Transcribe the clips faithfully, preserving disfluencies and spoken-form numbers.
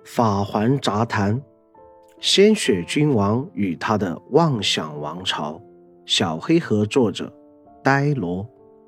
法环杂谈，鲜血君王与他的妄想王朝。小黑盒作者呆罗。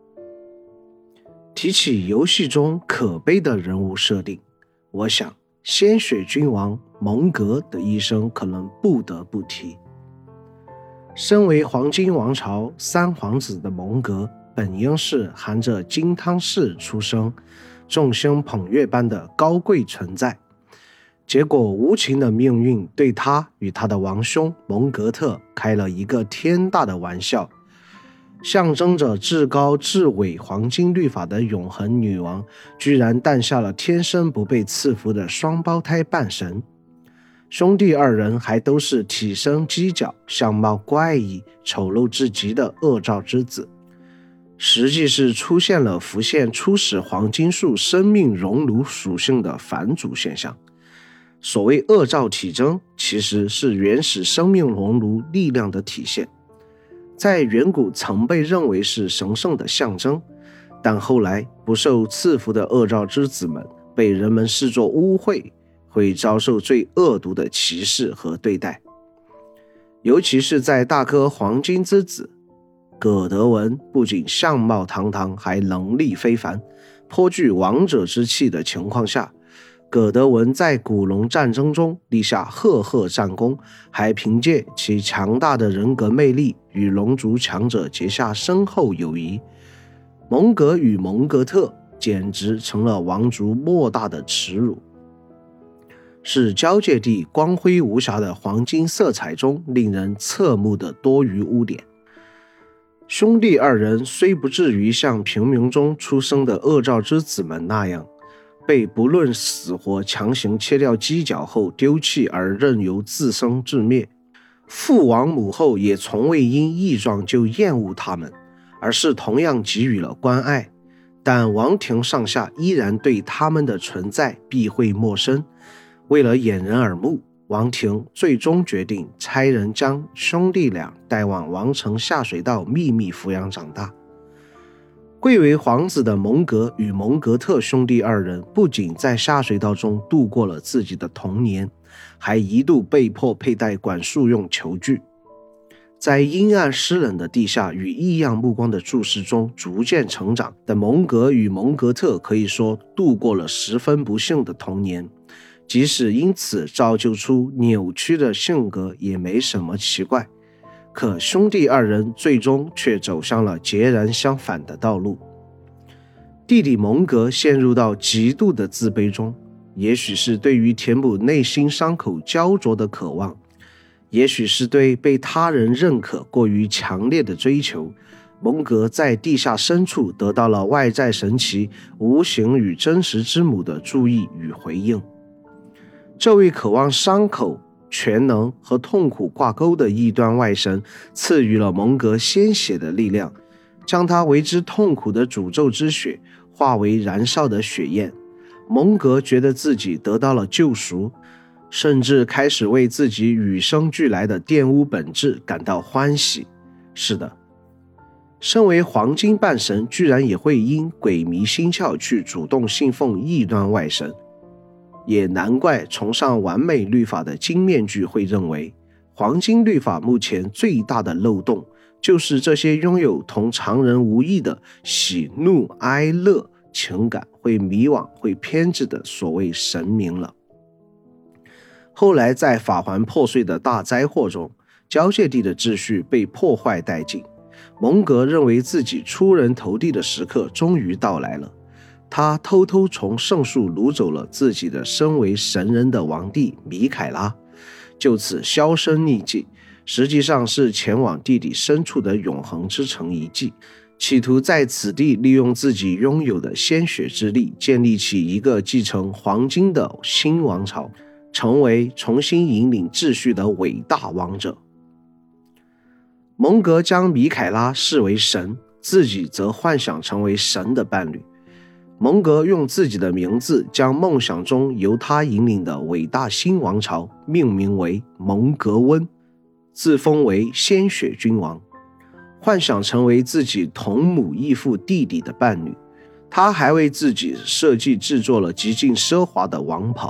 提起游戏中可悲的人物设定，我想鲜血君王蒙格的一生可能不得不提。身为黄金王朝三皇子的蒙格，本应是含着金汤匙出生，众星捧月般的高贵存在。结果无情的命运对他与他的王兄蒙格特开了一个天大的玩笑。象征着至高至伟黄金律法的永恒女王，居然诞下了天生不被赐福的双胞胎半神。兄弟二人还都是体身犄角、相貌怪异、丑陋至极的恶兆之子，实际是出现了浮现初始黄金树生命熔炉属性的反祖现象。所谓恶兆体征，其实是原始生命熔炉力量的体现，在远古曾被认为是神圣的象征，但后来不受赐福的恶兆之子们被人们视作污秽，会遭受最恶毒的歧视和对待。尤其是在大颗黄金之子葛德文不仅相貌堂堂，还能力非凡，颇具王者之气的情况下，葛德文在古龙战争中立下赫赫战功，还凭借其强大的人格魅力与龙族强者结下深厚友谊。蒙格与蒙格特简直成了王族莫大的耻辱，是交界地光辉无瑕的黄金色彩中令人侧目的多余污点。兄弟二人虽不至于像平民中出生的恶兆之子们那样被不论死活强行切掉犄角后丢弃而任由自生自灭，父王母后也从未因异状就厌恶他们，而是同样给予了关爱，但王庭上下依然对他们的存在避讳陌生。为了掩人耳目，王庭最终决定差人将兄弟俩带往王城下水道秘密抚养长大。贵为皇子的蒙格与蒙格特兄弟二人不仅在下水道中度过了自己的童年，还一度被迫佩戴管束用球具，在阴暗湿冷的地下与异样目光的注视中逐渐成长的蒙格与蒙格特可以说度过了十分不幸的童年，即使因此造就出扭曲的性格也没什么奇怪。可兄弟二人最终却走向了截然相反的道路。弟弟蒙格陷入到极度的自卑中，也许是对于填补内心伤口焦灼的渴望，也许是对被他人认可过于强烈的追求，蒙格在地下深处得到了外在神奇、无形与真实之母的注意与回应。这位渴望伤口、全能和痛苦挂钩的异端外神赐予了蒙格鲜血的力量，将他为之痛苦的诅咒之血化为燃烧的血焰。蒙格觉得自己得到了救赎，甚至开始为自己与生俱来的玷污本质感到欢喜。是的，身为黄金半神居然也会因鬼迷心窍去主动信奉异端外神，也难怪崇尚完美律法的金面具会认为，黄金律法目前最大的漏洞就是这些拥有同常人无异的喜怒哀乐情感会迷惘、会偏执的所谓神明了。后来在法环破碎的大灾祸中，交界地的秩序被破坏殆尽，蒙格认为自己出人头地的时刻终于到来了。他偷偷从圣树掳走了自己的身为神人的王弟米凯拉，就此销声匿迹，实际上是前往地底深处的永恒之城遗迹，企图在此地利用自己拥有的鲜血之力建立起一个继承黄金的新王朝，成为重新引领秩序的伟大王者。蒙格将米凯拉视为神，自己则幻想成为神的伴侣。蒙格用自己的名字将梦想中由他引领的伟大新王朝命名为蒙格温，自封为鲜血君王，幻想成为自己同母异父弟弟的伴侣。他还为自己设计制作了极尽奢华的王袍，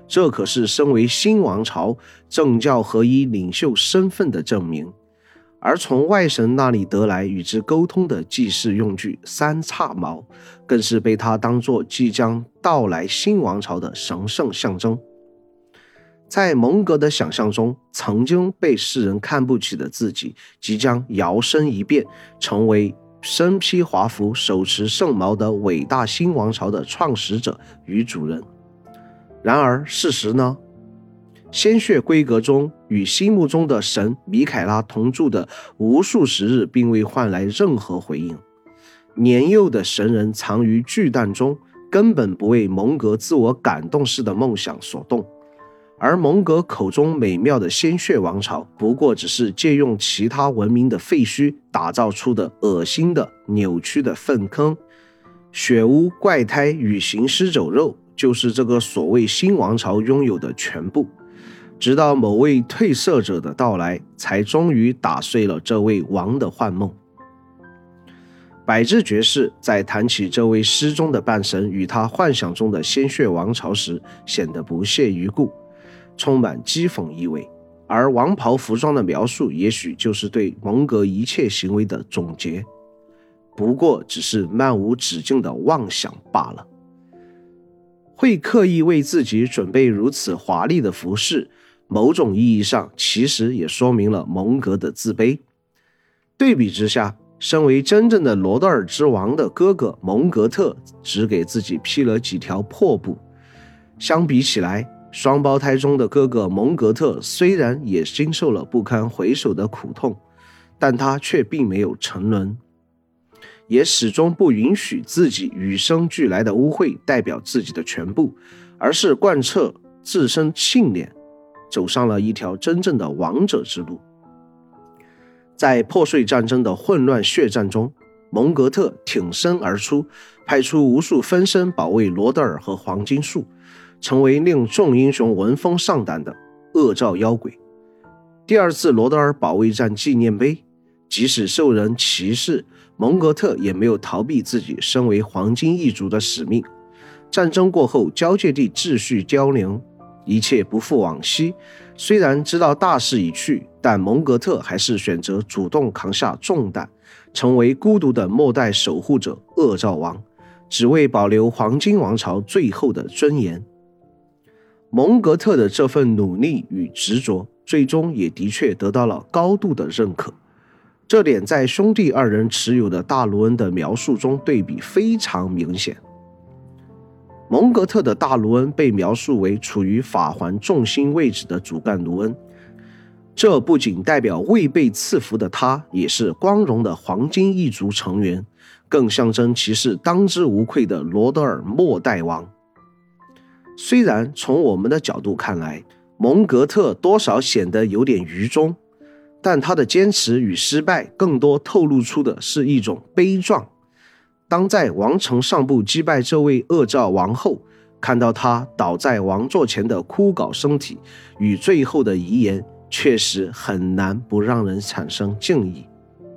这可是身为新王朝政教合一领袖身份的证明。而从外神那里得来与之沟通的祭祀用具三叉矛，更是被他当作即将到来新王朝的神圣象征。在蒙格的想象中，曾经被世人看不起的自己，即将摇身一变，成为身披华服、手持圣矛的伟大新王朝的创始者与主人。然而事实呢？鲜血规格中与心目中的神米凯拉同住的无数时日，并未换来任何回应。年幼的神人藏于巨蛋中，根本不为蒙格自我感动式的梦想所动，而蒙格口中美妙的鲜血王朝，不过只是借用其他文明的废墟打造出的恶心的扭曲的粪坑。血污、怪胎与行尸走肉，就是这个所谓新王朝拥有的全部。直到某位褪色者的到来，才终于打碎了这位王的幻梦。百智爵士在谈起这位诗中的半神与他幻想中的鲜血王朝时，显得不屑一顾，充满讥讽意味。而王袍服装的描述，也许就是对蒙格一切行为的总结，不过只是漫无止境的妄想罢了。会刻意为自己准备如此华丽的服饰，某种意义上其实也说明了蒙格的自卑。对比之下，身为真正的罗德尔之王的哥哥蒙格特只给自己披了几条破布。相比起来，双胞胎中的哥哥蒙格特虽然也经受了不堪回首的苦痛，但他却并没有沉沦，也始终不允许自己与生俱来的污秽代表自己的全部，而是贯彻自身信念，走上了一条真正的王者之路。在破碎战争的混乱血战中，蒙格特挺身而出，派出无数分身保卫罗德尔和黄金树，成为令众英雄闻风丧胆的恶兆妖鬼。第二次罗德尔保卫战纪念碑，即使受人歧视，蒙格特也没有逃避自己身为黄金一族的使命。战争过后，交界地秩序凋零，一切不复往昔。虽然知道大势已去，但蒙格特还是选择主动扛下重担，成为孤独的末代守护者恶兆王，只为保留黄金王朝最后的尊严。蒙格特的这份努力与执着，最终也的确得到了高度的认可。这点在兄弟二人持有的大卢恩的描述中对比非常明显。蒙格特的大卢恩被描述为处于法环重心位置的主干卢恩，这不仅代表未被赐福的他也是光荣的黄金一族成员，更象征其是当之无愧的罗德尔末代王。虽然从我们的角度看来，蒙格特多少显得有点愚忠，但他的坚持与失败更多透露出的是一种悲壮。当在王城上部击败这位恶兆王后，看到他倒在王座前的枯槁身体与最后的遗言，确实很难不让人产生敬意。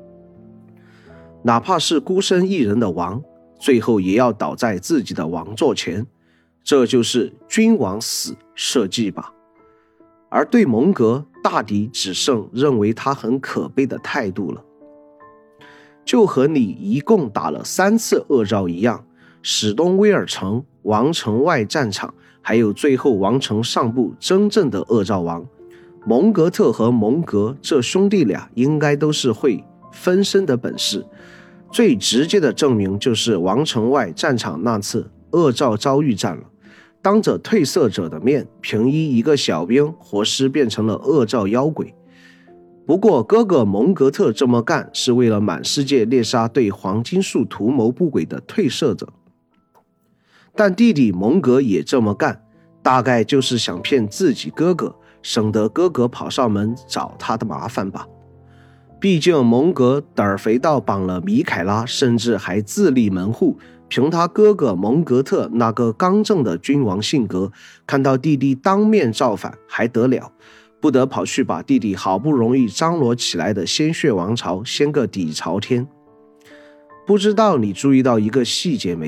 哪怕是孤身一人的王，最后也要倒在自己的王座前，这就是君王死社稷吧。而对蒙格，大抵只剩认为他很可悲的态度了。就和你一共打了三次恶兆一样，史东威尔城、王城外战场，还有最后王城上部真正的恶兆王，蒙格特和蒙格这兄弟俩应该都是会分身的本事。最直接的证明就是王城外战场那次恶兆遭遇战了，当着褪色者的面，平一一个小兵活尸变成了恶兆妖鬼。不过哥哥蒙格特这么干是为了满世界猎杀对黄金树图谋不轨的褪色者，但弟弟蒙格也这么干，大概就是想骗自己哥哥，省得哥哥跑上门找他的麻烦吧。毕竟蒙格胆儿肥到绑了米凯拉，甚至还自立门户，凭他哥哥蒙格特那个刚正的君王性格，看到弟弟当面造反还得了，不得跑去把弟弟好不容易张罗起来的鲜血王朝掀个底朝天。不知道你注意到一个细节没有，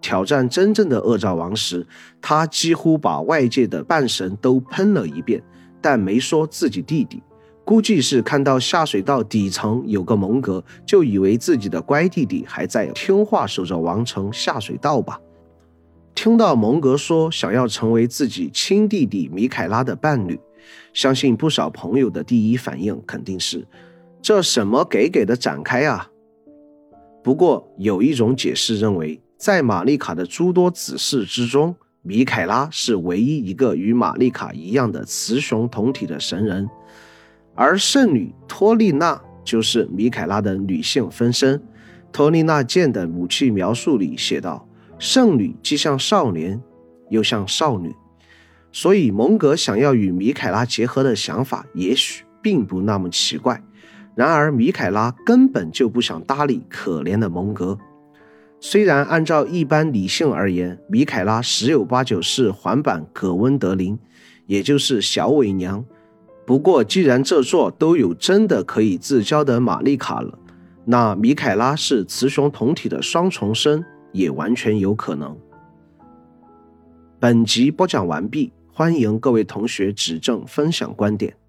挑战真正的恶兆王时，他几乎把外界的半神都喷了一遍，但没说自己弟弟，估计是看到下水道底层有个蒙格，就以为自己的乖弟弟还在听话守着王城下水道吧。听到蒙格说想要成为自己亲弟弟米凯拉的伴侣，相信不少朋友的第一反应肯定是，这什么给给的展开啊。不过有一种解释认为，在玛丽卡的诸多子嗣之中，米凯拉是唯一一个与玛丽卡一样的雌雄同体的神人，而圣女托丽娜就是米凯拉的女性分身。托丽娜剑的武器描述里写道，圣女既像少年又像少女，所以蒙格想要与米凯拉结合的想法也许并不那么奇怪。然而米凯拉根本就不想搭理可怜的蒙格。虽然按照一般理性而言，米凯拉十有八九是环版葛温德林，也就是小伪娘，不过既然这座都有真的可以自交的玛丽卡了，那米凯拉是雌雄同体的双重生也完全有可能。本集播讲完毕，欢迎各位同学指正分享观点。